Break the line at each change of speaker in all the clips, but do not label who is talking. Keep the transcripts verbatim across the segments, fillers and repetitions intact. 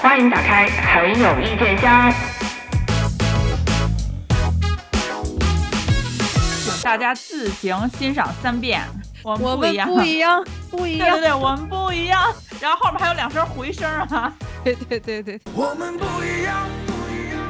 欢迎打开很有意见箱。
请大家自行欣赏三遍。我们
不一样，不一样，不一样。
对对对，我们不一样。然后后面还有两声回声啊。
对对对对，
我们不一样，不一样。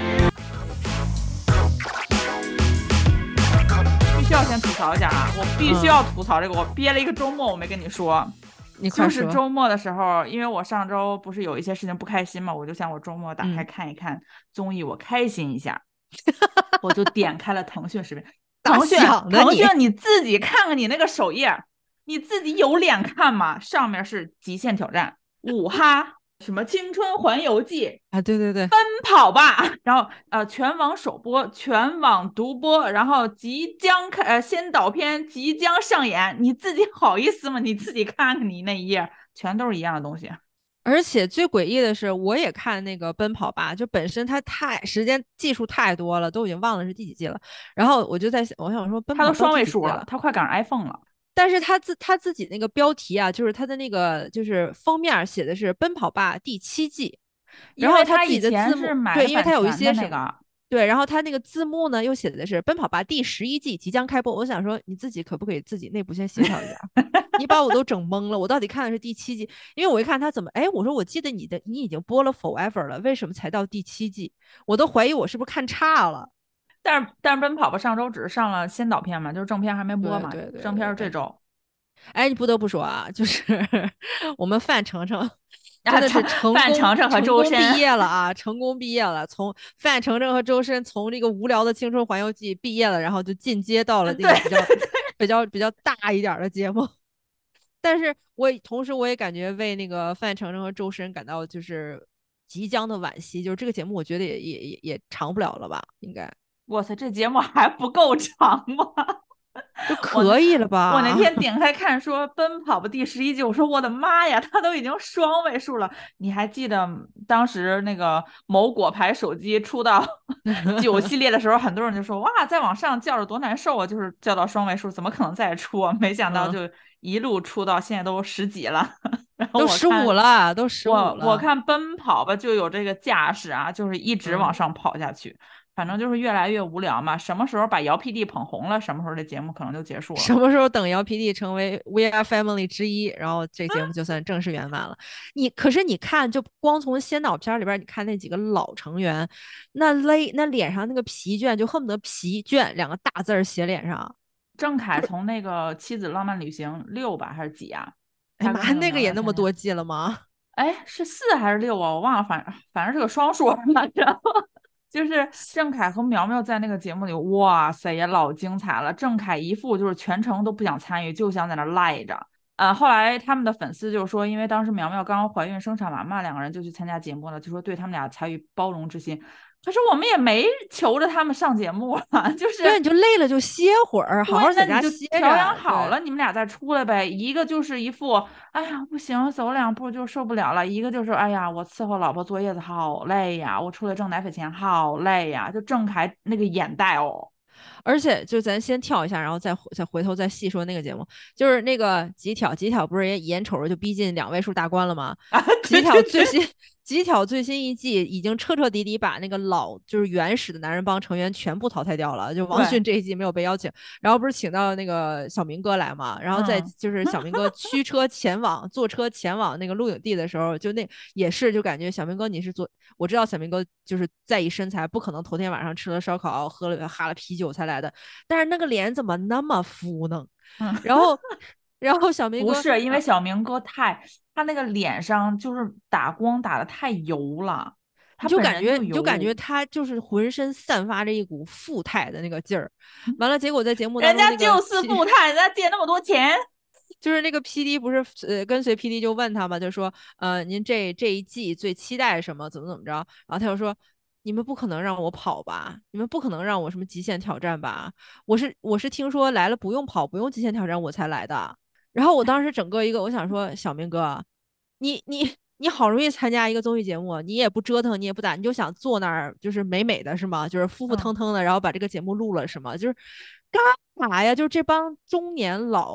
必须要先吐槽一下啊！我必须要吐槽这个，嗯、我憋了一个周末，我没跟你说。
你快
说。就是周末的时候，因为我上周不是有一些事情不开心嘛，我就想我周末打开看一看、嗯、综艺，我开心一下，我就点开了腾讯视频。腾讯，腾讯，你自己看看你那个首页，你自己有脸看吗？上面是极限挑战、五哈、什么青春环游记
啊，对对对，
奔跑吧，然后呃全网首播，全网独播，然后即将开呃先导片即将上演，你自己好意思吗？你自己看看你那一页，全都是一样的东西。
而且最诡异的是，我也看那个奔跑吧，就本身它太时间技术太多了，都已经忘了是第几季了。然后我就在想，我想说奔跑
它都双位数了，它快赶上 iPhone 了。
但是他自他自己那个标题啊，就是他的那个就是封面写的是奔跑吧第七季，然后他自己的字幕，对，因为他有一些什么。对，然后他那个字幕呢又写的是奔跑吧第十一季即将开播。我想说你自己可不可以自己内部先协调一下？你把我都整懵了，我到底看的是第七季？因为我一看他怎么，哎，我说我记得你的你已经播了 Forever 了，为什么才到第七季？我都怀疑我是不是看差了。
但是但是奔跑吧上周只是上了先导片嘛，就是正片还没播嘛，
对对对对对，
正片是这周。
哎，你不得不说啊，就是我们范丞丞真的是成功，
范丞丞和周深
毕业了啊，成功毕业了。从范丞丞和周深从这个无聊的青春环游记毕业了，然后就进阶到了这个比较比较比较大一点的节目。但是我同时我也感觉为那个范丞丞和周深感到就是即将的惋惜，就是这个节目我觉得也也也也长不了了吧？应该。
哇塞，这节目还不够长吗？
就可以了吧？
我, 我那天点开看说奔跑吧第十一季，我说我的妈呀，他都已经双位数了。你还记得当时那个某果牌手机出到九系列的时候，很多人就说哇，再往上叫着多难受啊，就是叫到双位数，怎么可能再出啊？没想到就一路出到现在都十几了，然后
都十五了，都十五了。
我我看奔跑吧就有这个架势啊，就是一直往上跑下去。嗯，反正就是越来越无聊嘛，什么时候把姚 P D 捧红了，什么时候这节目可能就结束了。
什么时候等姚 P D 成为 We Are Family 之一，然后这节目就算正式圆满了。你可是你看，就光从先导片里边，你看那几个老成员，那勒那脸上那个疲倦，就恨不得疲倦两个大字写脸上。
郑恺从那个妻子浪漫旅行六吧还是几啊？
哎妈，那个也那么多季了吗？
哎，是四还是六啊？我忘了，反正反正是个双数。然后就是郑恺和苗苗在那个节目里，哇塞，也老精彩了。郑恺一副就是全程都不想参与，就想在那赖着。呃，后来他们的粉丝就说，因为当时苗苗刚怀孕生产完嘛，两个人就去参加节目了，就说对他们俩采取包容之心。可是我们也没求着他们上节目啊，就是
对，你就累了就歇会儿，好好在家歇着。
调养好了，你们俩再出来呗。一个就是一副哎呀不行，走两步就受不了了；一个就是哎呀我伺候老婆坐月子好累呀，我出来挣奶粉钱好累呀。就郑恺那个眼袋哦。
而且就咱先跳一下，然后再再回头再细说那个节目，就是那个极挑，极挑不是也眼瞅着就逼近两位数大关了吗？
啊，
极挑最新极挑最新一季已经彻彻底底把那个老就是原始的男人帮成员全部淘汰掉了，就王迅这一季没有被邀请，然后不是请到那个小明哥来嘛，然后再就是小明哥驱车前往、嗯、坐车前往那个录影地的时候，就那也是就感觉小明哥你是做，我知道小明哥就是在意身材，不可能头天晚上吃了烧烤喝了哈了啤酒才来的，但是那个脸怎么那么敷呢？
嗯，
然后然后小明哥
不是因为小明哥太他那个脸上就是打光打的太油了，他
就感觉
你
就感觉他就是浑身散发着一股富态的那个劲儿。完了，结果在节目当中、那个，
人家就是富态，人家借那么多钱。
就是那个 P D 不是呃跟随 P D 就问他嘛，就说呃您这这一季最期待什么，怎么怎么着？然后他就说你们不可能让我跑吧，你们不可能让我什么极限挑战吧？我是我是听说来了不用跑不用极限挑战我才来的。然后我当时整个一个我想说小明哥，你你你好容易参加一个综艺节目，你也不折腾你也不打，你就想坐那儿就是美美的是吗？就是浮浮腾腾的，然后把这个节目录了是吗？就是干嘛呀？就是这帮中年老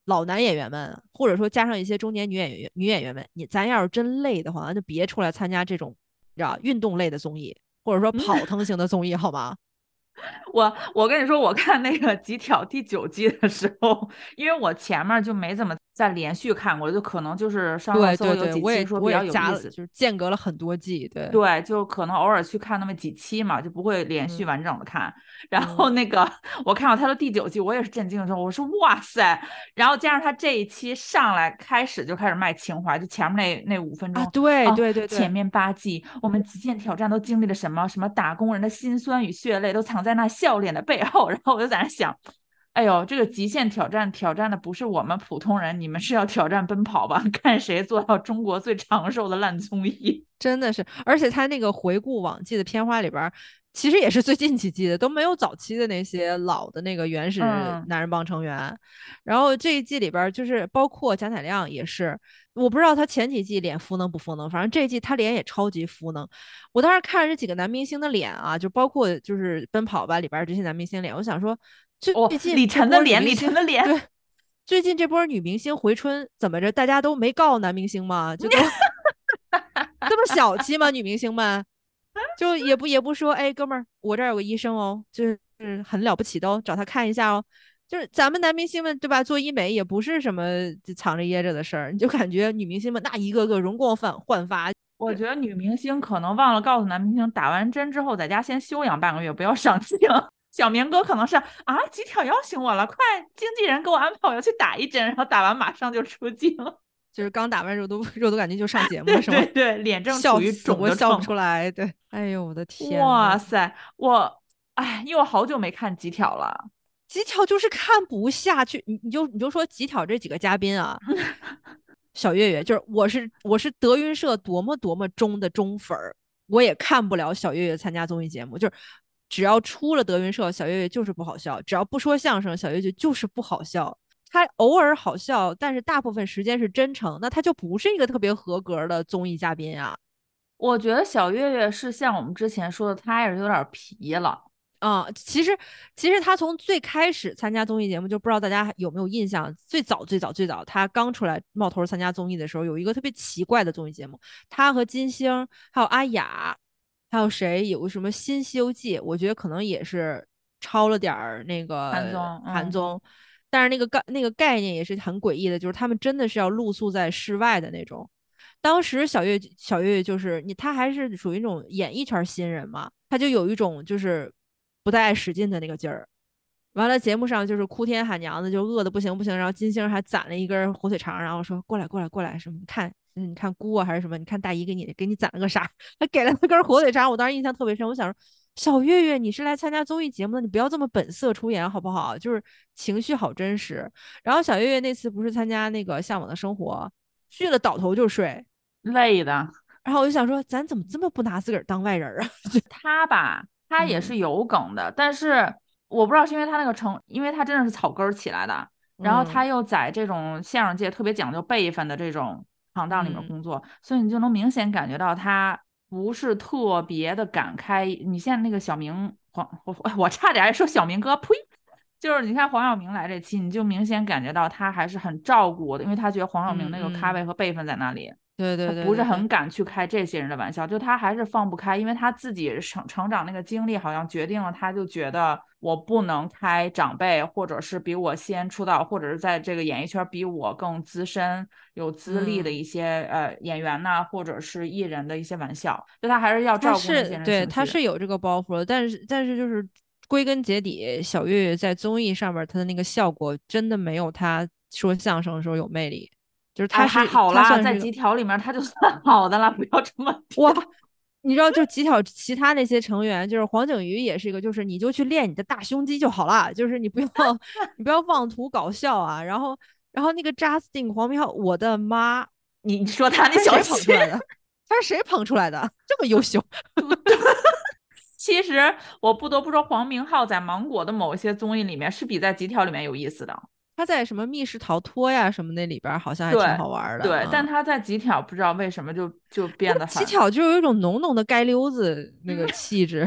老男演员们，或者说加上一些中年女演员女演员们，你咱要是真累的话，那就别出来参加这种你知道运动类的综艺，或者说跑腾型的综艺，好吗？
我我跟你说，我看那个极挑第九季的时候，因为我前面就没怎么再连续看过，就可能就是上热搜有几期说比较有意思，
就是间隔了很多季，对
对，就可能偶尔去看那么几期嘛，就不会连续完整的看。嗯、然后那个、嗯、我看到他的第九季，我也是震惊的时候，我说哇塞！然后加上他这一期上来开始就开始卖情怀，就前面那那五分钟，
啊，对对对对，
前面八季我们极限挑战都经历了什么？什么打工人的辛酸与血泪都藏在那笑脸的背后。然后我就在那想。哎呦，这个极限挑战挑战的不是我们普通人，你们是要挑战奔跑吧？看谁做到中国最长寿的烂综艺，
真的是。而且他那个回顾往季的片花里边，其实也是最近几季的，都没有早期的那些老的那个原始男人帮成员。嗯、然后这一季里边就是包括贾乃亮也是，我不知道他前几季脸敷能不敷能，反正这一季他脸也超级敷能。我当时看着这几个男明星的脸啊，就包括就是奔跑吧里边这些男明星脸，我想说。最近、
哦、李晨的脸，李晨的脸，
对，最近这波女明星回春怎么着？大家都没告男明星吗？就都这么小气吗？女明星们就也不也不说，哎，哥们儿，我这儿有个医生哦，就是很了不起的哦，找他看一下哦。就是咱们男明星们对吧？做医美也不是什么藏着掖着的事儿，你就感觉女明星们那一个个容光焕焕发。
我觉得女明星可能忘了告诉男明星，打完针之后在家先休养半个月，不要上镜。小明哥可能是啊，极挑邀请我了，快，经纪人给我安排我要去打一针，然后打完马上就出镜，
就是刚打完肉都肉都感觉就上节目了，是吗？
对对，脸正处于肿的
笑不出来，对，哎呦我的天，
哇塞，我哎，因为我好久没看极挑了，
极挑就是看不下去，你你就你就说极挑这几个嘉宾啊，小岳岳就是我是我是德云社多么多么忠的忠粉儿，我也看不了小岳岳参加综艺节目，就是。只要出了德云社，小岳岳就是不好笑；只要不说相声，小岳岳就是不好笑。他偶尔好笑，但是大部分时间是真诚，那他就不是一个特别合格的综艺嘉宾啊。
我觉得小岳岳是像我们之前说的，他也是有点皮了
啊、嗯。其实，其实他从最开始参加综艺节目，就不知道大家有没有印象？最早、最早、最早，他刚出来冒头参加综艺的时候，有一个特别奇怪的综艺节目，他和金星还有阿雅。还有谁有个什么新西游记，我觉得可能也是抄了点儿那个
韩综，
韩综，嗯、但是那个概那个概念也是很诡异的，就是他们真的是要露宿在室外的那种。当时小岳小岳就是你，他还是属于那种演艺圈新人嘛，他就有一种就是不太爱使劲的那个劲儿。完了，节目上就是哭天喊娘的，就饿得不行不行，然后金星还攒了一根火腿肠，然后说过来过来过来，什么你看。你看姑啊还是什么？你看大姨给你给你攒了个啥？他给了那根火腿肠，我当时印象特别深。我想说，小岳岳，你是来参加综艺节目的，你不要这么本色出演好不好？就是情绪好真实。然后小岳岳那次不是参加那个《向往的生活》，去了倒头就睡，
累的。
然后我就想说，咱怎么这么不拿自个儿当外人啊？
他吧，他也是有梗的，嗯、但是我不知道是因为他那个成，因为他真的是草根起来的，然后他又在这种相声界特别讲究辈分的这种行当里面工作，嗯、所以你就能明显感觉到他不是特别的敢开。你现在那个小明黄，我我差点说小明哥，呸！就是你看黄晓明来这期，你就明显感觉到他还是很照顾的，因为他觉得黄晓明那个咖位和辈分在那里。
嗯对对 对, 对，
不是很敢去开这些人的玩笑，就他还是放不开，因为他自己成成长那个经历好像决定了，他就觉得我不能开长辈或者是比我先出道或者是在这个演艺圈比我更资深有资历的一些、嗯、呃演员呐、啊、或者是艺人的一些玩笑，就他还是要照顾那些人。
对，他是有这个包袱的，但是但是就是归根结底，小岳岳在综艺上面他的那个效果真的没有他说相声的时候有魅力。就是他是、
哎、好
啦，
在极挑里面他就算好的了，不要这么
哇！你知道，就极挑其他那些成员，就是黄景瑜也是一个，就是你就去练你的大胸肌就好了，就是你不要你不要妄图搞笑啊。然后然后那个 Justin 黄明昊，我的妈！
你说他那小
谁捧出来的？他是谁捧出来的？这么优秀？
其实我不得不说，黄明昊在芒果的某一些综艺里面是比在极挑里面有意思的。
他在什么密室逃脱呀什么那里边好像还挺好玩的，
对，对
嗯、
但他在极挑不知道为什么就就变得很
极挑就有一种浓浓的街溜子那个气质。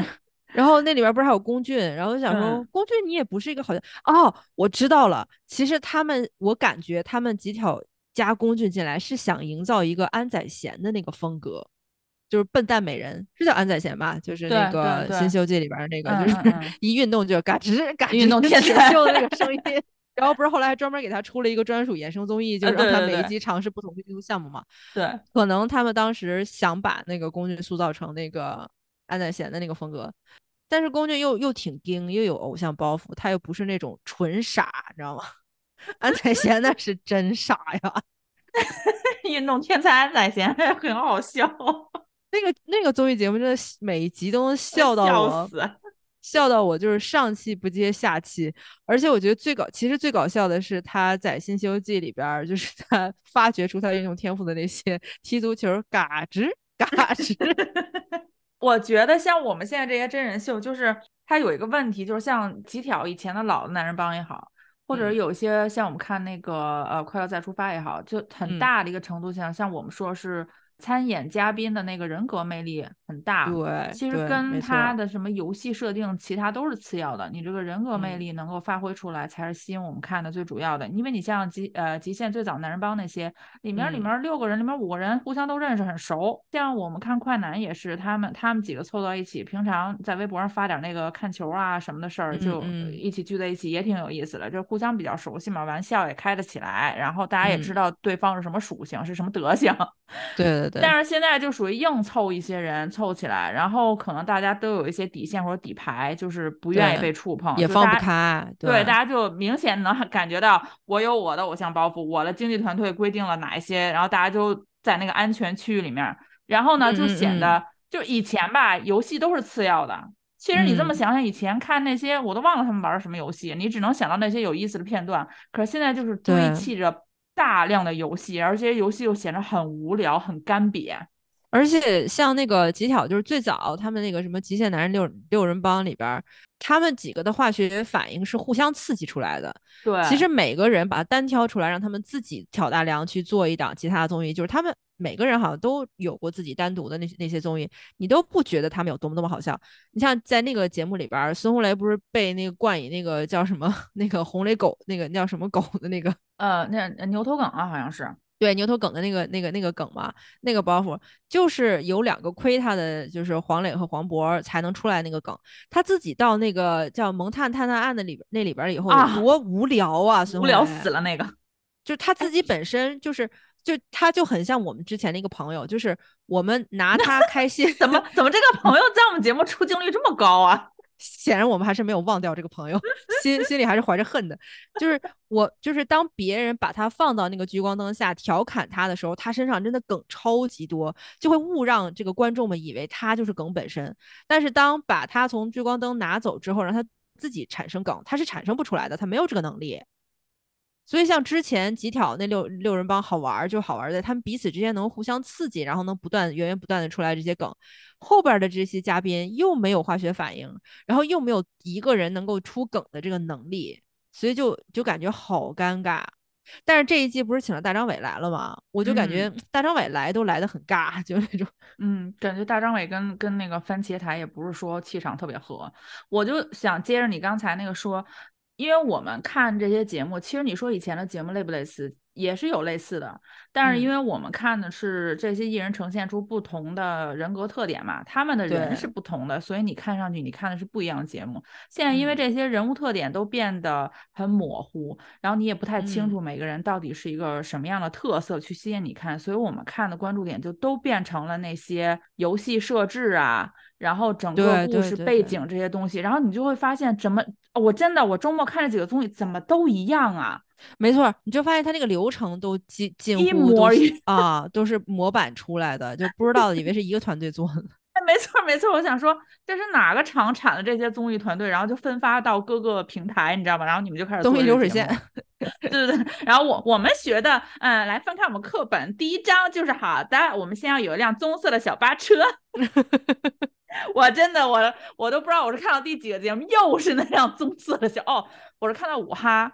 然后那里边不是还有龚俊，然后我想说，龚俊你也不是一个好像哦，我知道了，其实他们我感觉他们几条加龚俊进来是想营造一个安宰贤的那个风格，就是笨蛋美人是叫安宰贤吧，就是那个《新西游记》里边那个，就是一运动就嘎吱嘎吱
运动天
才秀的那个声音。然后不是后来还专门给他出了一个专属衍生综艺，就是让他每一集尝试不同的运动项目嘛。
对，
可能他们当时想把那个龚俊塑造成那个安宰贤的那个风格，但是龚俊又又挺硬，又有偶像包袱，他又不是那种纯傻，你知道吗？安宰贤那是真傻呀。
运动天才安宰贤很好笑。
那个那个综艺节目真的每一集都能笑到我
笑死。
笑到我就是上气不接下气，而且我觉得最搞，其实最搞笑的是他在《新西游记》里边，就是他发掘出他运动天赋的那些踢足球，嘎吱嘎吱。
我觉得像我们现在这些真人秀，就是它有一个问题，就是像极挑以前的老的男人帮也好，或者有些像我们看那个呃《快乐再出发》也好，就很大的一个程度上，嗯、像我们说是。参演嘉宾的那个人格魅力很大，
对，
其实跟他的什么游戏设定，其他都是次要的。你这个人格魅力能够发挥出来，才是吸引我们看的最主要的。嗯、因为你像极呃极限最早男人帮那些里面，里面六个人里面五个人互相都认识很熟。像我们看快男也是，他们他们几个凑到一起，平常在微博上发点那个看球啊什么的事儿，就一起聚在一起，也挺有意思的。就互相比较熟悉嘛，玩笑也开得起来，然后大家也知道对方是什么属性，嗯、是什么德行。
对对对。
但是现在就属于硬凑一些人凑起来，然后可能大家都有一些底线或者底牌，就是不愿意被触碰，
也放不开。
对，对，大家就明显能感觉到我有我的偶像包袱，我的经纪团队规定了哪一些，然后大家就在那个安全区域里面，然后呢就显得、嗯嗯、就以前吧，游戏都是次要的。其实你这么想想，以前看那些我都忘了他们玩什么游戏，你只能想到那些有意思的片段。可是现在就是堆砌着大量的游戏，而这些游戏又显得很无聊、很干瘪。
而且像那个极挑，就是最早他们那个什么极限男人六六人帮里边，他们几个的化学反应是互相刺激出来的。
对，
其实每个人把它单挑出来，让他们自己挑大梁去做一档其他的综艺，就是他们每个人好像都有过自己单独的那那些综艺，你都不觉得他们有多么多么好笑。你像在那个节目里边，孙红雷不是被那个冠以那个叫什么那个红雷狗那个叫什么狗的那个
呃那牛头梗啊，好像是。
对牛头梗的那个那个那个梗嘛，那个包袱就是有两个亏他的，就是黄磊和黄渤才能出来那个梗。他自己到那个叫《萌探探探案》的里边那里边以后，啊、多无聊啊！
无聊死了那个，
就是他自己本身就是就他就很像我们之前的一个朋友，就是我们拿他开心，
怎么怎么这个朋友在我们节目出镜率这么高啊？
显然我们还是没有忘掉这个朋友，心心里还是怀着恨的。就是我，就是当别人把他放到那个聚光灯下调侃他的时候，他身上真的梗超级多，就会误让这个观众们以为他就是梗本身。但是当把他从聚光灯拿走之后，让他自己产生梗，他是产生不出来的，他没有这个能力。所以像之前极挑那六六人帮好玩，就好玩在他们彼此之间能互相刺激，然后能不断源源不断的出来这些梗。后边的这些嘉宾又没有化学反应，然后又没有一个人能够出梗的这个能力，所以就就感觉好尴尬。但是这一季不是请了大张伟来了吗？我就感觉大张伟来都来得很尬，就那种，
嗯，感觉大张伟跟跟那个番茄台也不是说气场特别合。我就想接着你刚才那个说。因为我们看这些节目，其实你说以前的节目类不类似，也是有类似的，但是因为我们看的是这些艺人呈现出不同的人格特点嘛，他们的人是不同的，所以你看上去你看的是不一样的节目。现在因为这些人物特点都变得很模糊，嗯、然后你也不太清楚每个人到底是一个什么样的特色去吸引你看，所以我们看的关注点就都变成了那些游戏设置啊，然后整个故事背景这些东西，然后你就会发现怎么，我真的我周末看这几个综艺怎么都一样啊。
没错，你就发现他那个流程都近近乎
一模一样
啊，都是模板出来的，就不知道的以为是一个团队做的。
没错没错，我想说这是哪个厂产的这些综艺团队，然后就分发到各个平台，你知道吧？然后你们就开始
综艺流水线，
对对对。然后我我们学的，嗯，来翻看我们课本，第一章就是好的，我们先要有一辆棕色的小巴车。我真的我我都不知道我是看到第几个节目，又是那辆棕色的小哦，我是看到五哈。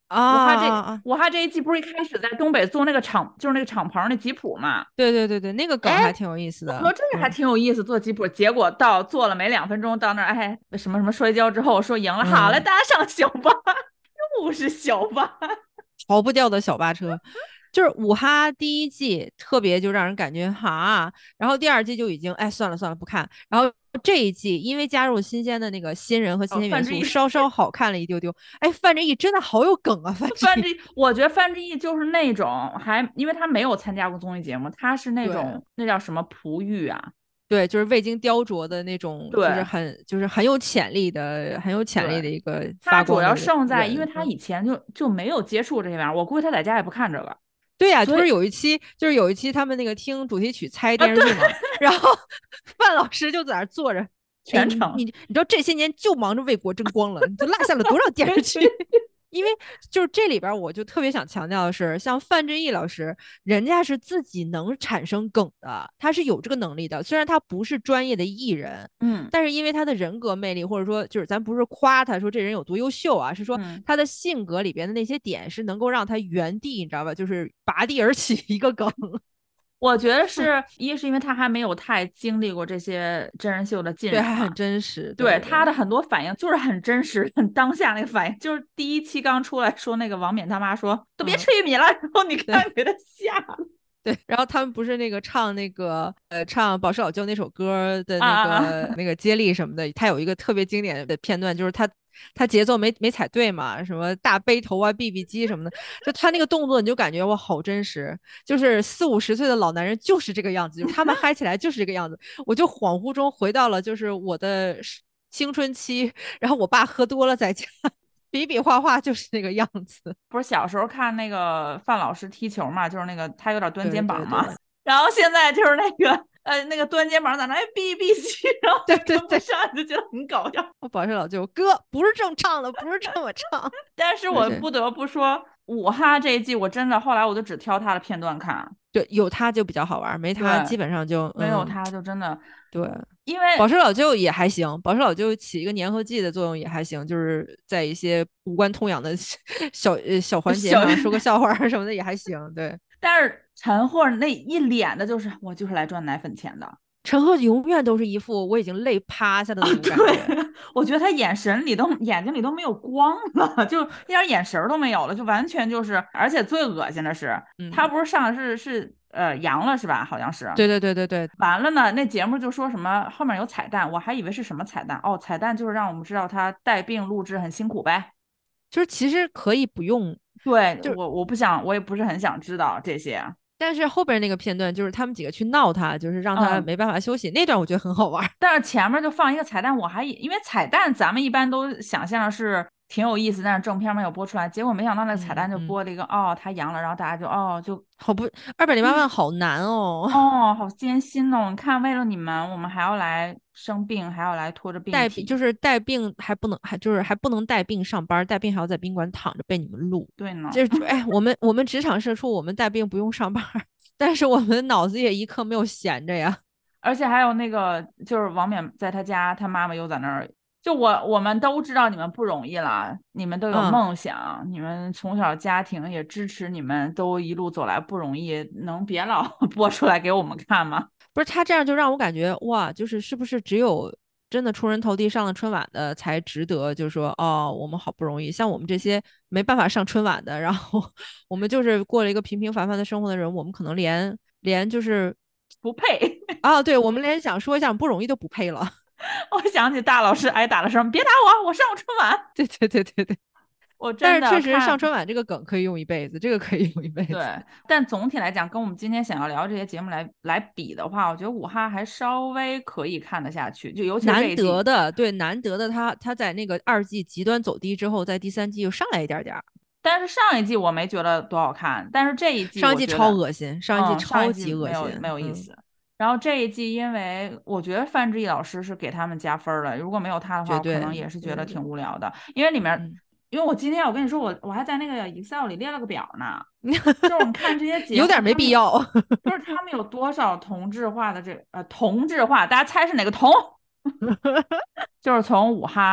啊，
武哈这武哈这一季不是一开始在东北做那个敞，就是那个敞篷的吉普嘛？
对对对对，那个梗还挺有意思的。
我说这个还挺有意思，做吉普，结果到做了没两分钟，到那儿哎什么什么摔跤之后说赢了，嗯、好了，大家上小巴，又是小巴，
逃不掉的小巴车。就是武哈第一季特别就让人感觉哈，然后第二季就已经哎算了算了不看，然后这一季因为加入新鲜的那个新人和新鲜元素，哦、稍稍好看了一丢丢。哎，范志毅真的好有梗啊！范志
范志毅，我觉得范志毅就是那种还因为他没有参加过综艺节目，他是那种那叫什么璞玉啊。
对，就是未经雕琢的那种，就是很就是很有潜力的，很有潜力的一个发光的人。他
主要胜在，因为他以前就就没有接触这些玩意儿，我估计他在家也不看这个。
对呀、啊，就是有一期，就是有一期他们那个听主题曲猜电视剧嘛，啊、然后范老师就在那坐着
全程，
哎、你你知道这些年就忙着为国争光了，你就落下了多少电视剧？因为就是这里边我就特别想强调的是，像范志毅老师，人家是自己能产生梗的，他是有这个能力的。虽然他不是专业的艺人，
嗯，
但是因为他的人格魅力，或者说就是咱不是夸他说这人有多优秀啊，是说他的性格里边的那些点是能够让他原地，你知道吧？就是拔地而起一个梗。
我觉得是一是因为他还没有太经历过这些真人秀的浸染，
对，还很真实。
对, 对, 对他的很多反应就是很真实，很当下那个反应。就是第一期刚出来说那个王冕他妈说都别吃玉米了，嗯、然后你看给他吓了。
对，然后他们不是那个唱那个呃唱《宝石老舅》那首歌的那个、啊、那个接力什么的，他有一个特别经典的片段，就是他。他节奏没没踩对嘛，什么大背头啊 B B 机什么的，就他那个动作你就感觉哇好真实，就是四五十岁的老男人就是这个样子，就是他们嗨起来就是这个样子，我就恍惚中回到了就是我的青春期，然后我爸喝多了在家比比划划就是那个样子。
不是小时候看那个范老师踢球嘛，就是那个他有点端肩膀嘛，对对对，然后现在就是那个呃，那个端肩膀在那哔哔叽，然后
对对对，
上就觉得很搞笑。
我宝石老舅哥不是这么唱的，不是这么唱。
但是我不得不说，武哈这一季我真的后来我就只挑他的片段看。
对，有他就比较好玩，没他基本上就、嗯、
没有他就真的
对。
因为
宝石老舅也还行，宝石老舅起一个粘合剂的作用也还行，就是在一些无关痛痒的小呃小环节上说个笑话什么的也还行。对，
但是陈赫那一脸的就是我就是来赚奶粉钱的。
陈赫永远都是一副我已经累趴下的那种感觉、
啊、我觉得他眼神里都眼睛里都没有光了，就一点眼神都没有了，就完全就是，而且最恶心的是、嗯、他不是上是是呃阳了是吧，好像是。
对对对对对。
完了呢，那节目就说什么后面有彩蛋，我还以为是什么彩蛋，哦，彩蛋就是让我们知道他带病录制很辛苦呗，
就是其实可以不用。
对，我我不想，我也不是很想知道这些。
但是后边那个片段就是他们几个去闹他，就是让他没办法休息、嗯、那段我觉得很好玩。
但是前面就放一个彩蛋，我还因为彩蛋咱们一般都想象是挺有意思，但是正片没有播出来，结果没想到那个彩蛋就播了一个、嗯、哦他阳了，然后大家就哦就
好不二百零八万好难哦、
嗯、哦好艰辛哦，你看为了你们我们还要来生病，还要来拖着病
带病，就是带病还不能还就是还不能带病上班，带病还要在宾馆躺着被你们录。
对呢，
就是哎我们我们职场社畜，我们带病不用上班，但是我们脑子也一刻没有闲着呀。
而且还有那个就是王冕在他家，他妈妈又在那儿，就我我们都知道你们不容易了，你们都有梦想、嗯、你们从小家庭也支持你们，都一路走来不容易，能别老播出来给我们看吗？
不是，他这样就让我感觉哇，就是是不是只有真的出人头地上了春晚的才值得，就是说哦我们好不容易，像我们这些没办法上春晚的，然后我们就是过了一个平平凡凡的生活的人，我们可能连连就是
不配
啊，对，我们连想说一下不容易都不配了。
我想起大老师挨打的时候，别打我，我上过春晚。
对对对对对，
我真的
但是确实上春晚这个梗可以用一辈子，这个可以用一辈子。
对，但总体来讲，跟我们今天想要聊这些节目来来比的话，我觉得武哈还稍微可以看得下去，就尤其是
难得的，对，难得的他他在那个二季极端走低之后，在第三季又上来一点点。
但是上一季我没觉得多好看，但是这一季
上一季超恶心，上一季超级恶心，
嗯、没有没有意思。嗯，然后这一季，因为我觉得范志毅老师是给他们加分了，如果没有他的话，我可能也是觉得挺无聊的。因为里面、嗯，因为我今天我跟你说，我我还在那个 Excel 里列了个表呢，就是我们看这些节目
有点没必要，
就是他们有多少同质化的这呃同质化，大家猜是哪个同？就是从武哈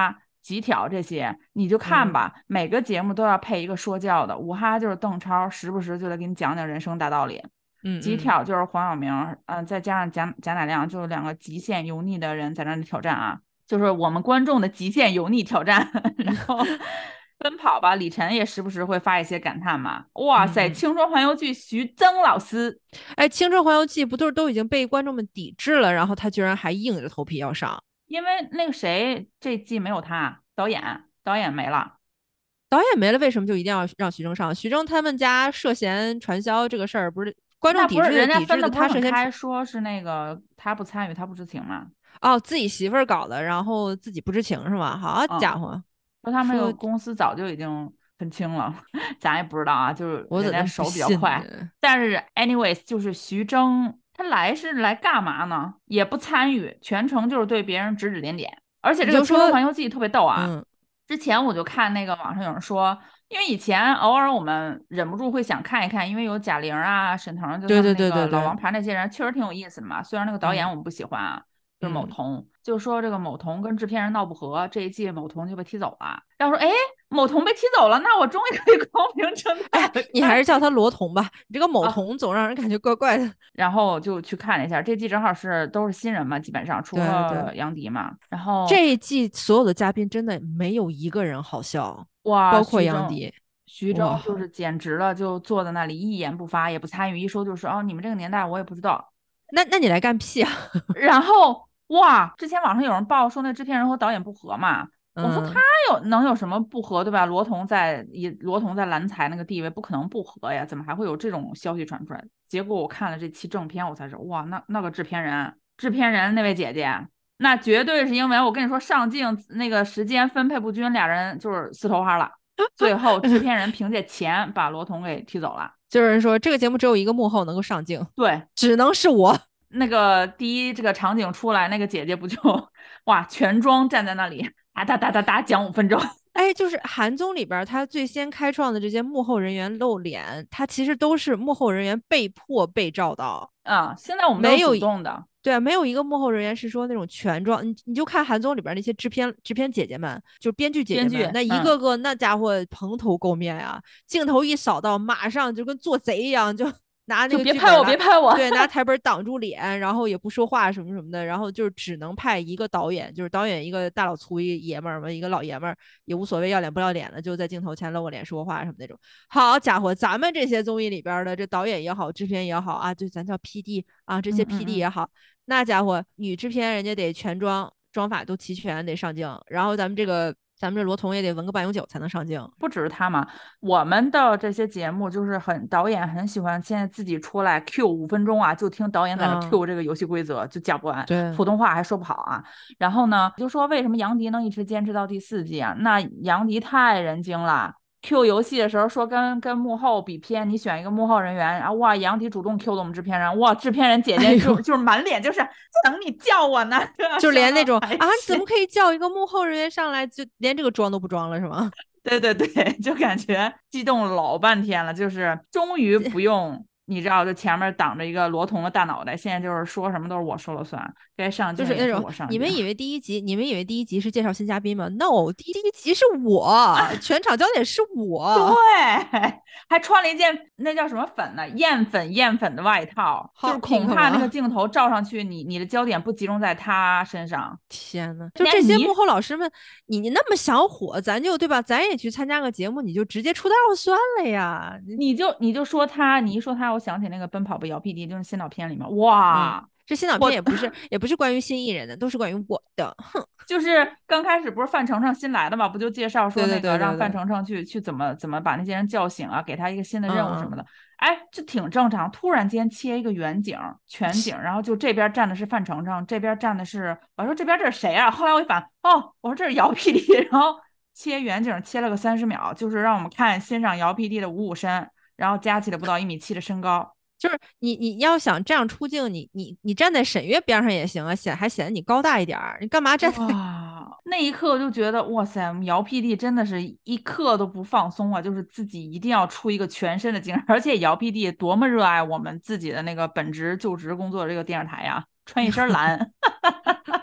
极挑这些，你就看吧、嗯、每个节目都要配一个说教的，五哈就是邓超时不时就得给你讲讲人生大道理，
嗯，
极挑就是黄晓明，嗯、呃，再加上贾贾乃亮，就是两个极限油腻的人在那里挑战啊，就是我们观众的极限油腻挑战然后奔跑吧李晨也时不时会发一些感叹嘛，哇塞、嗯、青春环游记徐峥老师，
哎，青春环游记不都是都已经被观众们抵制了，然后他居然还硬着头皮要上，
因为那个谁这季没有他，导演导演没了，
导演没了为什么就一定要让徐峥上？徐峥他们家涉嫌传销这个事儿不是观众抵制
的，人家分
的，
他涉嫌开说是那个他不参与他不知情嘛，
哦，自己媳妇儿搞的，然后自己不知情是吗？好家伙、嗯、
说他们那个公司早就已经分清了，咱也不知道啊，就是人家手比较快。但是 anyways 就是徐峥他来是来干嘛呢？也不参与，全程就是对别人指指点点。而且这个《青春环游记》特别逗啊、嗯！之前我就看那个网上有人说，因为以前偶尔我们忍不住会想看一看，因为有贾玲啊、沈腾，就他们那个老王牌那些人，确实挺有意思的嘛。虽然那个导演我们不喜欢啊。嗯就是某童、嗯、就说这个某童跟制片人闹不和，这一季某童就被踢走了。要说哎，某童被踢走了，那我终于可以光明正大的、哎、
你还是叫他罗童吧，你这个某童总让人感觉怪怪的、啊、
然后就去看了一下，这季正好是都是新人嘛，基本上除了杨迪嘛。然后
这一季所有的嘉宾真的没有一个人好笑，
哇，
包括杨迪。
徐峥就是简直了，就坐在那里一言不发，也不参与，一说就是哦，你们这个年代我也不知道。
那那你来干屁啊？
然后哇，之前网上有人报说那制片人和导演不和嘛，嗯、我说他有能有什么不和对吧？罗彤在以罗彤在蓝采那个地位不可能不和呀，怎么还会有这种消息传出来？结果我看了这期正片，我才知道哇，那那个制片人制片人那位姐姐，那绝对是因为我跟你说上镜那个时间分配不均，俩人就是撕头花了，最后制片人凭借钱把罗彤给踢走了。
就是人说这个节目只有一个幕后能够上镜，
对，
只能是我。
那个第一这个场景出来，那个姐姐不就哇全妆站在那里哒哒哒哒哒讲五分钟。
哎，就是韩综里边他最先开创的这些幕后人员露脸，他其实都是幕后人员被迫被照到
啊。现在我们没有主动的，
对啊，没有一个幕后人员是说那种全妆。你你就看韩综里边那些制片制片姐姐们，就编剧姐姐们，那一个个、嗯、那家伙蓬头垢面呀、啊，镜头一扫到，马上就跟做贼一样就。拿那个
别拍我，别拍我！
对，拿台本挡住脸，然后也不说话什么什么的，然后就只能派一个导演，就是导演一个大老粗一爷们儿嘛，一个老爷们儿也无所谓要脸不要脸的，就在镜头前露个脸说话什么那种。好家伙，咱们这些综艺里边的这导演也好，制片也好啊，就咱叫 P D 啊，这些 P D 也好，嗯嗯嗯那家伙女制片人家得全妆，妆法都齐全得上镜，然后咱们这个。咱们这罗彤也得闻个半永久才能上镜，
不只是他嘛，我们的这些节目就是很导演很喜欢现在自己出来 Q 五分钟啊，就听导演在那 Q 这个游戏规则、嗯、就讲不完，
对，
普通话还说不好啊。然后呢，就说为什么杨迪能一直坚持到第四季啊？那杨迪太人精了。Q 游戏的时候说跟跟幕后比片，你选一个幕后人员，然后哇，杨迪主动 Q 的我们制片人，哇，制片人姐姐就、哎、就是满脸就是等你叫我呢，
就连那种啊，你怎么可以叫一个幕后人员上来，就连这个装都不装了是吗？
对对对，就感觉激动了老半天了，就是终于不用。你知道，就前面挡着一个罗彤的大脑袋，现在就是说什么都是我说了算，该上镜也是我上镜。
你们以为第一集，你们以为第一集是介绍新嘉宾吗 ？No， 第一集是我，全场焦点是我。
对，还穿了一件那叫什么粉呢？艳粉艳粉的外套，就是恐怕那个镜头照上去，你你的焦点不集中在他身上。
天哪！就这些幕后老师们，你你那么想火，咱就对吧？咱也去参加个节目，你就直接出道算了呀。
你就你就说他，你一说他。我想起那个奔跑吧姚 P D， 就是新导片里面，哇、嗯，
这新导片也不是也不是关于新艺人的，都是关于我的。哼，
就是刚开始不是范丞丞新来的嘛，不就介绍说那个让范丞丞去去怎么怎么把那些人叫醒啊，给他一个新的任务什么的。嗯、哎，这挺正常。突然间切一个远景全景，然后就这边站的是范丞丞，这边站的是，我说这边这是谁啊？后来我一反，哦，我说这是姚 P D， 然后切远景切了个三十秒，就是让我们看欣赏姚 P D 的五五身。然后加起来不到一米七的身高，
就是你你要想这样出镜，你你你站在沈月边上也行啊，显还显得你高大一点儿，你干嘛站在？
哇，那一刻我就觉得哇塞，我们姚 P D 真的是一刻都不放松啊，就是自己一定要出一个全身的镜，而且姚 P D 多么热爱我们自己的那个本职就职工作的这个电视台呀，穿一身蓝。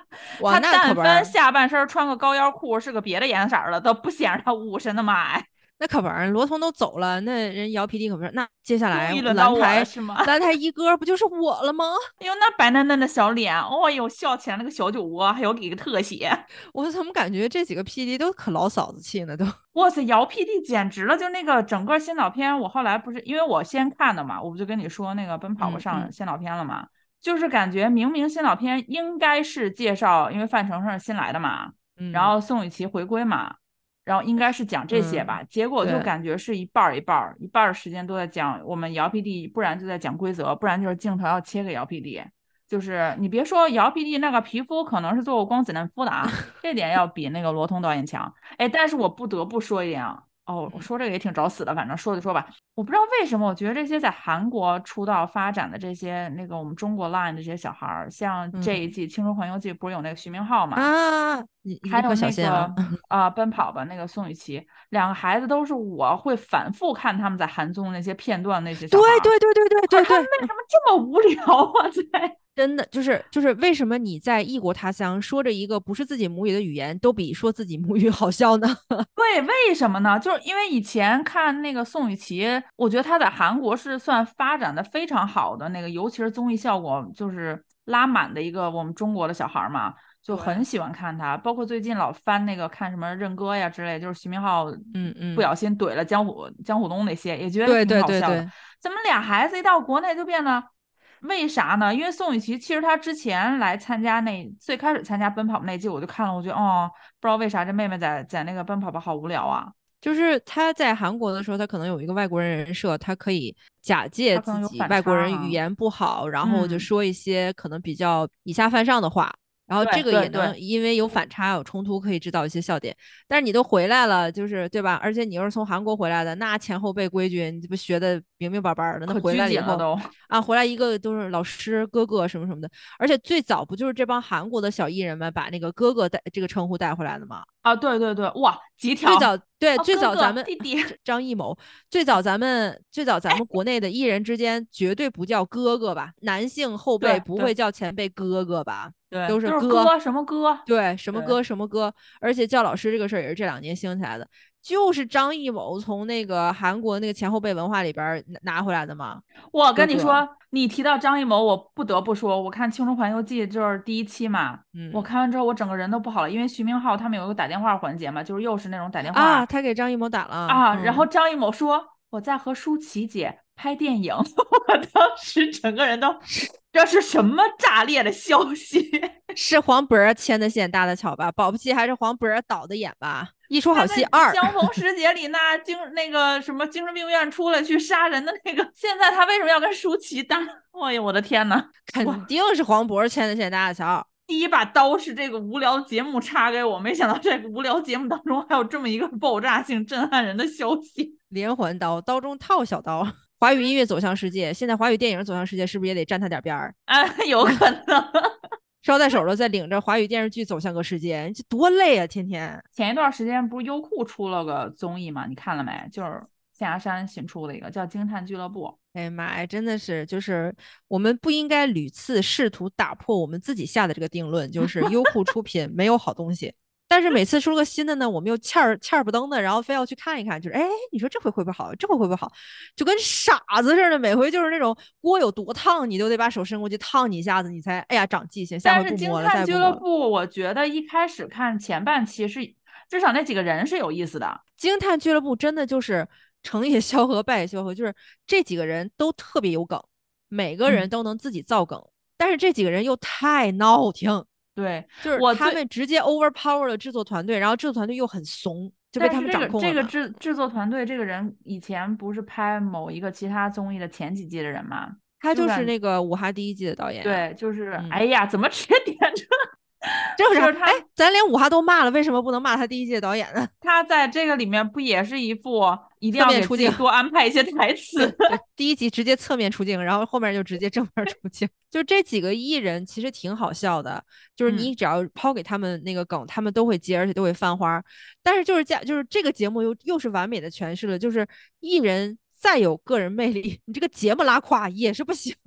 他但凡下半身穿个高腰裤是个别的颜色的，都不显得他五神那么矮。
那可不是，罗彤都走了，那人姚 P D 可不是。那接下来
蓝
台
是吗？
蓝台一哥不就是我了吗？
哎呦，那白嫩嫩的小脸，哦呦，笑起来那个小酒窝，还有给个特写。
我怎么感觉这几个 P D 都可老嫂子气呢？都
哇塞，姚 P D 简直了！就那个整个先导片，我后来不是因为我先看的嘛，我不就跟你说那个奔跑吧上先导片了嘛、嗯嗯，就是感觉明明先导片应该是介绍，因为范丞丞是新来的嘛，
嗯、
然后宋雨琦回归嘛。然后应该是讲这些吧、嗯、结果就感觉是一半一半一半时间都在讲我们姚 P D， 不然就在讲规则，不然就是镜头要切给姚 P D。 就是你别说姚 P D 那个皮肤可能是做过光子嫩肤的啊，这点要比那个罗彤导演强。哎，但是我不得不说一点啊，哦，我说这个也挺找死的，反正说就说吧。我不知道为什么，我觉得这些在韩国出道发展的这些那个我们中国 line 的这些小孩，像这一季《青春环游记》不是有那个徐明浩嘛？
啊，
还有那个啊、呃，奔跑吧那个宋雨琦，两个孩子都是我会反复看他们在韩综那些片段那些小孩。
对对对对对对对，
他们为什么这么无聊啊？在
真的就是就是为什么你在异国他乡说着一个不是自己母语的语言，都比说自己母语好笑呢？
对，为什么呢？就是因为以前看那个宋雨琦，我觉得他在韩国是算发展的非常好的那个，尤其是综艺效果就是拉满的一个我们中国的小孩嘛，就很喜欢看他。包括最近老翻那个看什么任哥呀之类，就是徐明浩
嗯嗯
不小心怼了江虎江虎东那些，也觉得挺好笑的。
对对对对，
怎么俩孩子一到国内就变得？为啥呢？因为宋雨琦其实她之前来参加那最开始参加奔跑那季，我就看了，我觉得哦，不知道为啥这妹妹在在那个奔跑吧好无聊啊。
就是她在韩国的时候，她可能有一个外国人人设，她可以假借自己外国人语言不好，然后就说一些可能比较以下犯上的话。嗯，然后这个也能因为有反差有冲突可以制造一些笑点，但是你都回来了，就是对吧？而且你又是从韩国回来的，那前后辈规矩你这不学的明明白白的，那回来了以后
都
啊，回来一个都是老师哥哥什么什么的，而且最早不就是这帮韩国的小艺人们把那个哥哥带这个称呼带回来的吗？
啊，对对对，哇，几条
最早对、
哦、
最早咱们
弟弟
张艺谋，最早咱们最早咱们国内的艺人之间绝对不叫哥哥吧？男性后辈不会叫前辈哥哥吧？
对，
都是
哥，
哥
什么哥，
对，什么哥什么哥，而且叫老师这个事儿也是这两年兴起来的，就是张艺谋从那个韩国那个前后辈文化里边拿回来的嘛。
我跟你说，你提到张艺谋，我不得不说，我看《青春环游记》就是第一期嘛，嗯，我看完之后我整个人都不好了，因为徐明浩他们有一个打电话环节嘛，就是又是那种打电话
啊，他给张艺谋打了
啊、
嗯，
然后张艺谋说我在和舒淇姐拍电影，我当时整个人都。这是什么炸裂的消息？
是黄渤牵的线搭的桥吧？保不齐还是黄渤导的演吧？一出好戏二，
相逢时节里那精那个什么精神病院出来去杀人的那个，现在他为什么要跟舒淇搭？哎呀，我的天哪！
肯定是黄渤牵的线搭的桥。
第一把刀是这个无聊节目插给我，没想到这个无聊节目当中还有这么一个爆炸性、震撼人的消息。
连环刀，刀中套小刀。华语音乐走向世界，现在华语电影走向世界，是不是也得沾他点边儿？
哎，有可能。
捎带手的再领着华语电视剧走向个世界，这多累啊！天天。
前一段时间不是优酷出了个综艺吗？你看了没？就是象牙山新出的一个叫《惊叹俱乐部》。
哎呀妈呀，真的是，就是我们不应该屡次试图打破我们自己下的这个定论，就是优酷出品没有好东西。但是每次出个新的呢，我们又欠儿欠儿不登的，然后非要去看一看，就是哎，你说这回会不会好？这回会不会好？就跟傻子似的，每回就是那种锅有多烫，你都得把手伸过去烫你一下子，你才哎呀长记性，下回不摸了。
但是惊叹俱乐部，我觉得一开始看前半期是至少那几个人是有意思的。
惊叹俱乐部真的就是成也萧何，败也萧何，就是这几个人都特别有梗，每个人都能自己造梗，嗯、但是这几个人又太闹挺。
对，
就是他们直接 overpower 了制作团队，然后制作团队又很怂，就被他们掌控了。
这个这个制制作团队这个人以前不是拍某一个其他综艺的前几季的人吗？
他就是那个武哈第一季的导演、啊。
对，就是、嗯、哎呀，怎么直接点这？
就是
他，
哎，咱连武哈都骂了，为什么不能骂他第一季的导演呢？
他在这个里面不也是一副一定要给自己多安排一些台词？
对, 对，第一集直接侧面出镜，然后后面就直接正面出镜。就这几个艺人其实挺好笑的，就是你只要抛给他们那个梗，嗯、他们都会接，而且都会翻花。但是就是加就是这个节目又又是完美的诠释了，就是艺人再有个人魅力，你这个节目拉垮也是不行。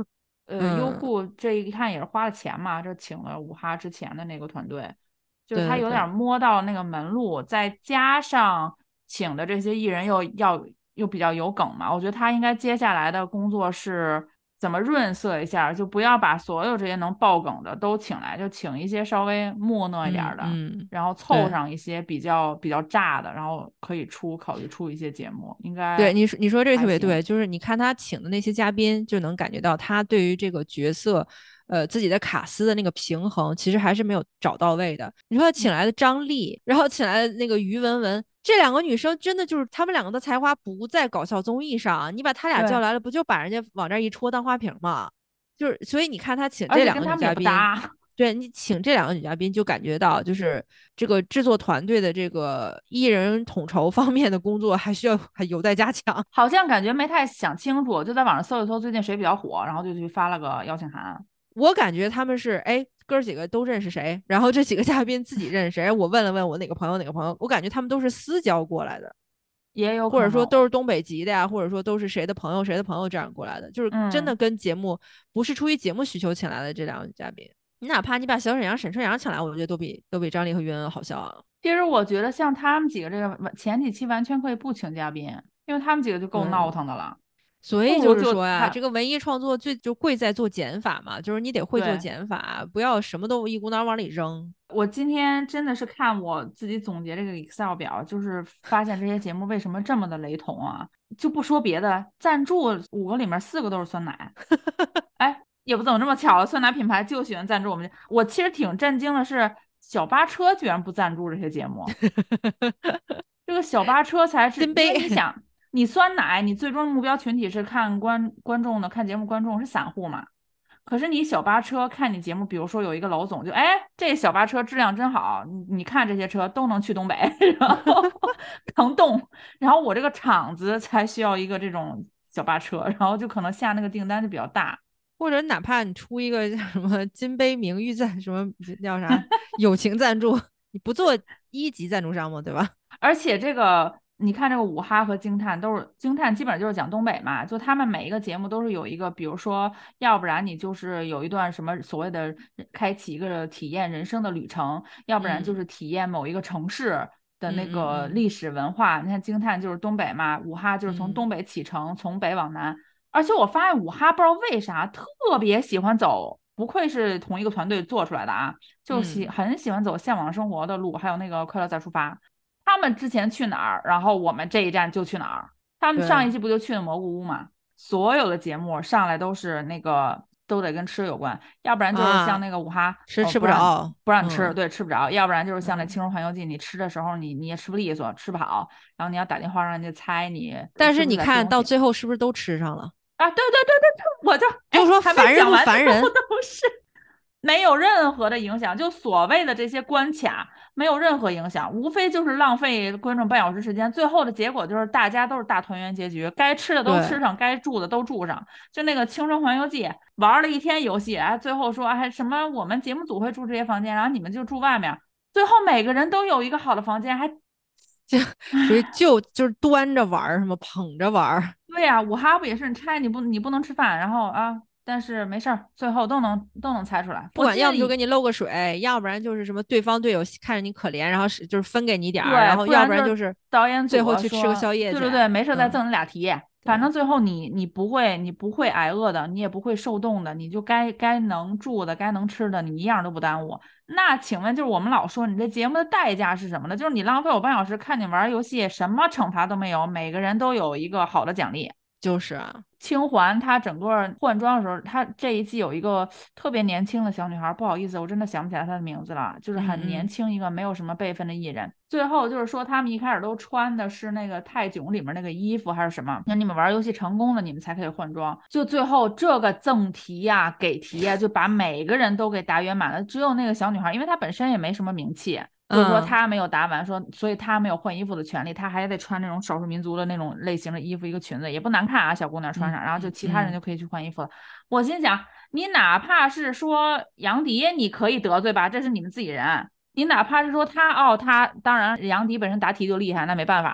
呃，优酷这一看也是花了钱嘛，这请了五哈之前的那个团队，就是他有点摸到那个门路，再加上请的这些艺人又要又比较有梗嘛，我觉得他应该接下来的工作是怎么润色一下，就不要把所有这些能爆梗的都请来，就请一些稍微木讷一点的，
嗯嗯、
然后凑上一些比较比较炸的，然后可以出考虑出一些节目，应该
对你说你说这个特别对，就是你看他请的那些嘉宾，就能感觉到他对于这个角色。呃，自己的卡司的那个平衡其实还是没有找到位的。你说请来的张丽，然后请来的那个于文文，这两个女生真的就是她们两个的才华不在搞笑综艺上，你把她俩叫来了，不就把人家往这一戳当花瓶吗？就是所以你看他请这两个女嘉宾，对你请这两个女嘉宾，就感觉到就是这个制作团队的这个艺人统筹方面的工作还需要还有待加强。
好像感觉没太想清楚，就在网上搜一搜最近谁比较火，然后就去发了个邀请函。
我感觉他们是哎，哥几个都认识谁，然后这几个嘉宾自己认识谁，我问了问我哪个朋友哪个朋友，我感觉他们都是私交过来的，
也有
或者说都是东北籍的呀，或者说都是谁的朋友谁的朋友这样过来的，就是真的跟节目、嗯、不是出于节目需求请来的这两个嘉宾。你哪怕你把小沈阳沈春阳请来，我觉得都比都比张丽和于恩好笑啊。
其实我觉得像他们几个这个前几期完全可以不请嘉宾，因为他们几个就够闹腾的了。
嗯所以就是说呀，这个文艺创作最就贵在做减法嘛，就是你得会做减法，不要什么都一股脑往里扔。
我今天真的是看我自己总结这个 Excel 表，就是发现这些节目为什么这么的雷同啊？就不说别的，赞助五个里面四个都是酸奶，哎，也不怎么这么巧了，酸奶品牌就喜欢赞助我们。我其实挺震惊的是，小巴车居然不赞助这些节目，这个小巴车才是，因为你想。你酸奶，你最终目标群体是看观观众的，看节目观众是散户嘛？可是你小巴车看你节目，比如说有一个老总就，哎，这小巴车质量真好，你你看这些车都能去东北，然后能动，然后我这个厂子才需要一个这种小巴车，然后就可能下那个订单就比较大，
或者哪怕你出一个什么金杯名誉赞，什么叫啥友情赞助，你不做一级赞助商吗？对吧？
而且这个。你看这个五哈和惊叹都是惊叹，基本上就是讲东北嘛，就他们每一个节目都是有一个，比如说，要不然你就是有一段什么所谓的开启一个体验人生的旅程，要不然就是体验某一个城市的那个历史文化。
嗯嗯嗯
你看惊叹就是东北嘛，五哈就是从东北启程，嗯、从北往南。而且我发现五哈不知道为啥特别喜欢走，不愧是同一个团队做出来的啊，就喜、
嗯、
很喜欢走向往生活的路，还有那个快乐再出发。他们之前去哪儿，然后我们这一站就去哪儿。他们上一季不就去了蘑菇屋嘛？所有的节目上来都是那个都得跟吃有关，要不然就是像那个五哈、啊、
吃、
哦、
吃不着，
不让你吃，
嗯、
对，吃不着。要不然就是像那《青春环游记》，你吃的时候你你也吃不利索，吃不好，然后你要打电话让人家猜你。
但是你看到最后是不是都吃上了
啊？对对对对对，我就
就说烦人不烦人
都是。没有任何的影响，就所谓的这些关卡没有任何影响，无非就是浪费观众半小时时间，最后的结果就是大家都是大团圆结局，该吃的都吃上，该住的都住上。就那个青春环游记玩了一天游戏，哎，最后说还什么我们节目组会住这些房间，然后你们就住外面，最后每个人都有一个好的房间，还
就属于就就是端着玩什么捧着玩。
对呀、啊，五哈不也是你拆你不你不能吃饭，然后啊。但是没事儿，最后都能都能猜出来。
不管要不就给你漏个水，要不然就是什么对方队友看着你可怜，然后是就是分给你点儿，然后要不然就是
导演
最后去吃个宵夜。
对对对，没事再赠你俩题。嗯、反正最后你你不会你不会挨饿的，你也不会受冻的，你就该该能住的该能吃的，你一样都不耽误。那请问就是我们老说你这节目的代价是什么呢？就是你浪费我半小时看你玩游戏，什么惩罚都没有，每个人都有一个好的奖励。
就是啊，
清环她整个换装的时候，她这一季有一个特别年轻的小女孩，不好意思，我真的想不起来她的名字了，就是很年轻一个没有什么辈分的艺人。嗯、最后就是说他们一开始都穿的是那个泰囧里面那个衣服还是什么，那你们玩游戏成功了，你们才可以换装。就最后这个赠题呀、给题呀，就把每个人都给答圆满了，只有那个小女孩，因为她本身也没什么名气。就是说他没有答完，说所以他没有换衣服的权利，他还得穿那种少数民族的那种类型的衣服，一个裙子也不难看啊，小姑娘穿上，然后就其他人就可以去换衣服了。嗯、我心想，你哪怕是说杨迪，你可以得罪吧，这是你们自己人。你哪怕是说他哦，他当然杨迪本身答题就厉害，那没办法。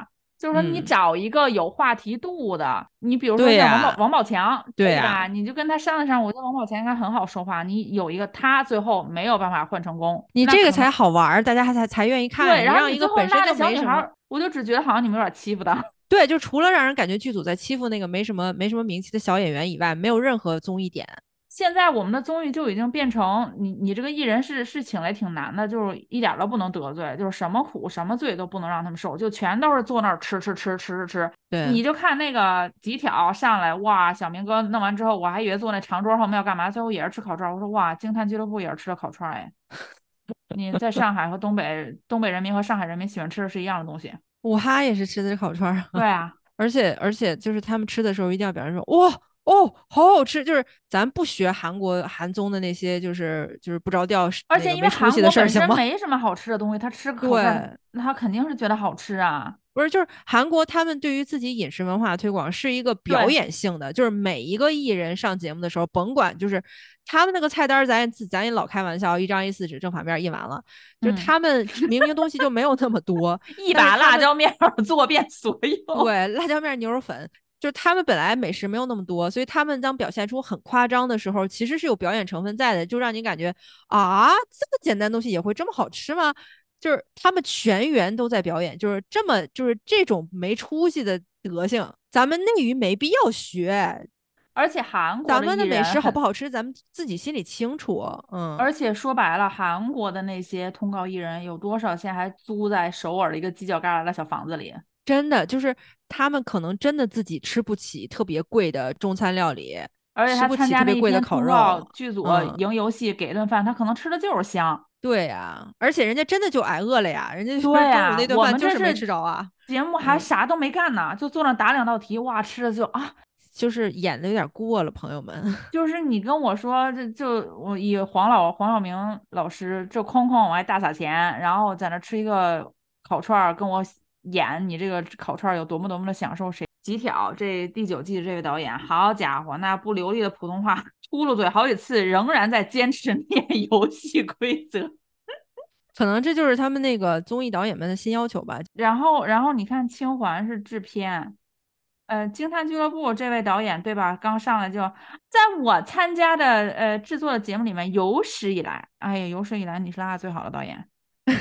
就是说你找一个有话题度的，嗯、你比如说
对
像王宝、啊、王宝强，
对
吧、
啊？
你就跟他商量商量，我觉得王宝强应该很好说话。你有一个他最后没有办法换成功，
你这个才好玩，大家还才才愿意看。
对，然
后你
最后拉着小女孩，我就只觉得好像你们有点欺负他。
对，就除了让人感觉剧组在欺负那个没什么没什么名气的小演员以外，没有任何综艺点。
现在我们的综艺就已经变成你你这个艺人是是请来挺难的，就是一点都不能得罪，就是什么苦什么罪都不能让他们受，就全都是坐那儿吃吃吃吃吃吃。
对，
你就看那个几挑上来，哇，小明哥弄完之后，我还以为坐那长桌后面要干嘛，最后也是吃烤串。我说哇，惊叹俱乐部也是吃的烤串哎。你在上海和东北，东北人民和上海人民喜欢吃的是一样的东西。
武哈也是吃的是烤串。
对啊，
而且而且就是他们吃的时候一定要表现说哇。哦，好好吃！就是咱不学韩国韩综的那些，就是就是不着调，
而且因为韩国本身没什么好吃的东西，他吃烤串，那他肯定是觉得好吃啊。
不是，就是韩国他们对于自己饮食文化推广是一个表演性的，就是每一个艺人上节目的时候，甭管就是他们那个菜单，咱咱也老开玩笑，一张 A 四 纸正反面印完了，
嗯、
就是他们明明东西就没有那么多，
一把辣椒面做遍所有。
对，辣椒面牛肉粉。就是他们本来美食没有那么多，所以他们当表现出很夸张的时候，其实是有表演成分在的，就让你感觉啊，这么简单的东西也会这么好吃吗？就是他们全员都在表演，就是这么就是这种没出息的德行，咱们内娱没必要学。
而且韩国
咱们的美食好不好吃，咱们自己心里清楚。嗯，
而且说白了，韩国的那些通告艺人有多少现在还租在首尔的一个犄角旮旯的小房子里？
真的就是他们可能真的自己吃不起特别贵的中餐料理，
而且他参加那一天通告剧组赢游戏给顿饭、嗯，他可能吃的就是香。
对呀、啊，而且人家真的就挨饿了呀，人家中午那顿饭就是没吃着啊。
节目还啥都没干呢，嗯、就坐那打两道题，哇，吃的就啊，
就是演的有点过了，朋友们。
就是你跟我说，这就我以黄老黄晓明老师这哐哐往外大撒钱，然后在那吃一个烤串，跟我演你这个烤串有多么多么的享受。谁几挑这第九季的这位导演，好家伙，那不流利的普通话秃噜嘴好几次，仍然在坚持念游戏规则。
可能这就是他们那个综艺导演们的新要求吧。
然后，然后你看清环是制片，呃，惊叹俱乐部这位导演对吧？刚上来就在我参加的呃制作的节目里面，有史以来，哎呀，有史以来你是拉拉最好的导演。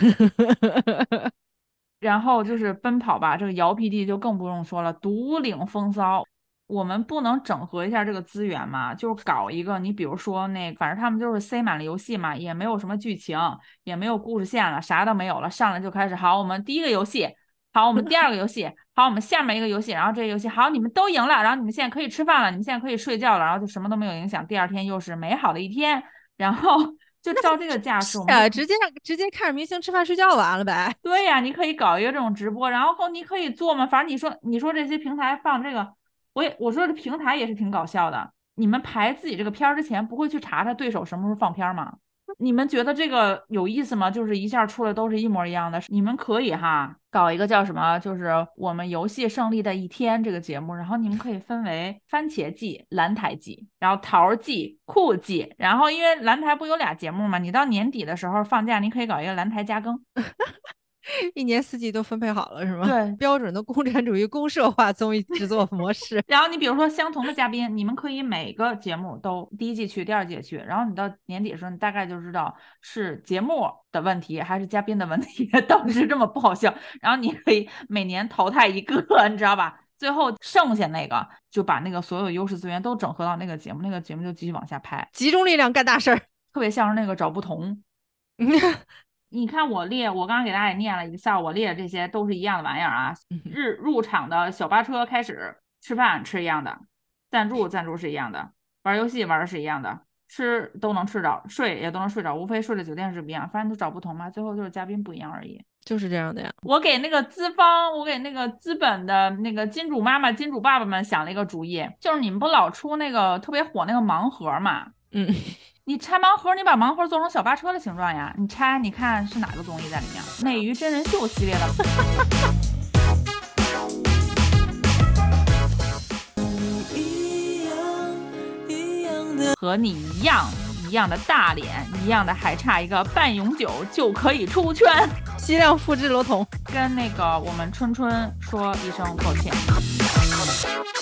然后就是奔跑吧，这个姚 P D 就更不用说了，独领风骚。我们不能整合一下这个资源嘛？就是搞一个，你比如说那，反正他们就是塞满了游戏嘛，也没有什么剧情，也没有故事线了，啥都没有了，上来就开始，好，我们第一个游戏，好，我们第二个游戏，好，我们下面一个游戏，然后这个游戏，好，你们都赢了，然后你们现在可以吃饭了，你们现在可以睡觉了，然后就什么都没有影响，第二天又是美好的一天，然后就照这个架势，我
们直接直接看着明星吃饭睡觉完了呗。
对呀、啊，你可以搞一个这种直播，然后你可以做嘛，反正你说你说这些平台放这个。我也我说这平台也是挺搞笑的，你们排自己这个片儿之前不会去查查对手什么时候放片吗？你们觉得这个有意思吗？就是一下出来都是一模一样的。你们可以哈搞一个叫什么，就是我们游戏胜利的一天这个节目，然后你们可以分为番茄季、蓝台季，然后桃季、酷季，然后因为蓝台不有俩节目吗？你到年底的时候放假，你可以搞一个蓝台加更。
一年四季都分配好了是吗？
对，
标准的共产主义公社化综艺制作模式。
然后你比如说相同的嘉宾，你们可以每个节目都第一季去，第二季去，然后你到年底的时候，你大概就知道是节目的问题还是嘉宾的问题导致这么不好笑。然后你可以每年淘汰一个，你知道吧？最后剩下那个就把那个所有优势资源都整合到那个节目，那个节目就继续往下拍，
集中力量干大事儿，
特别像是那个找不同。你看我列，我刚刚给大家也念了一下，我列的这些都是一样的玩意儿啊。日入场的小巴车开始吃饭吃一样的，赞助赞助是一样的，玩游戏玩的是一样的，吃都能吃着，睡也都能睡着，无非睡的酒店是不一样，反正都找不同嘛，最后就是嘉宾不一样而已。
就是这样的呀。
我给那个资方，我给那个资本的那个金主妈妈、金主爸爸们想了一个主意，就是你们不老出那个特别火那个盲盒嘛？
嗯。
你拆盲盒，你把盲盒做成小巴车的形状呀！你拆，你看是哪个综艺在里面？内娱真人秀系列的。和你一样一样的大脸，一样的还差一个半永久就可以出圈。
批量复制罗彤，
跟那个我们春春说一声抱歉。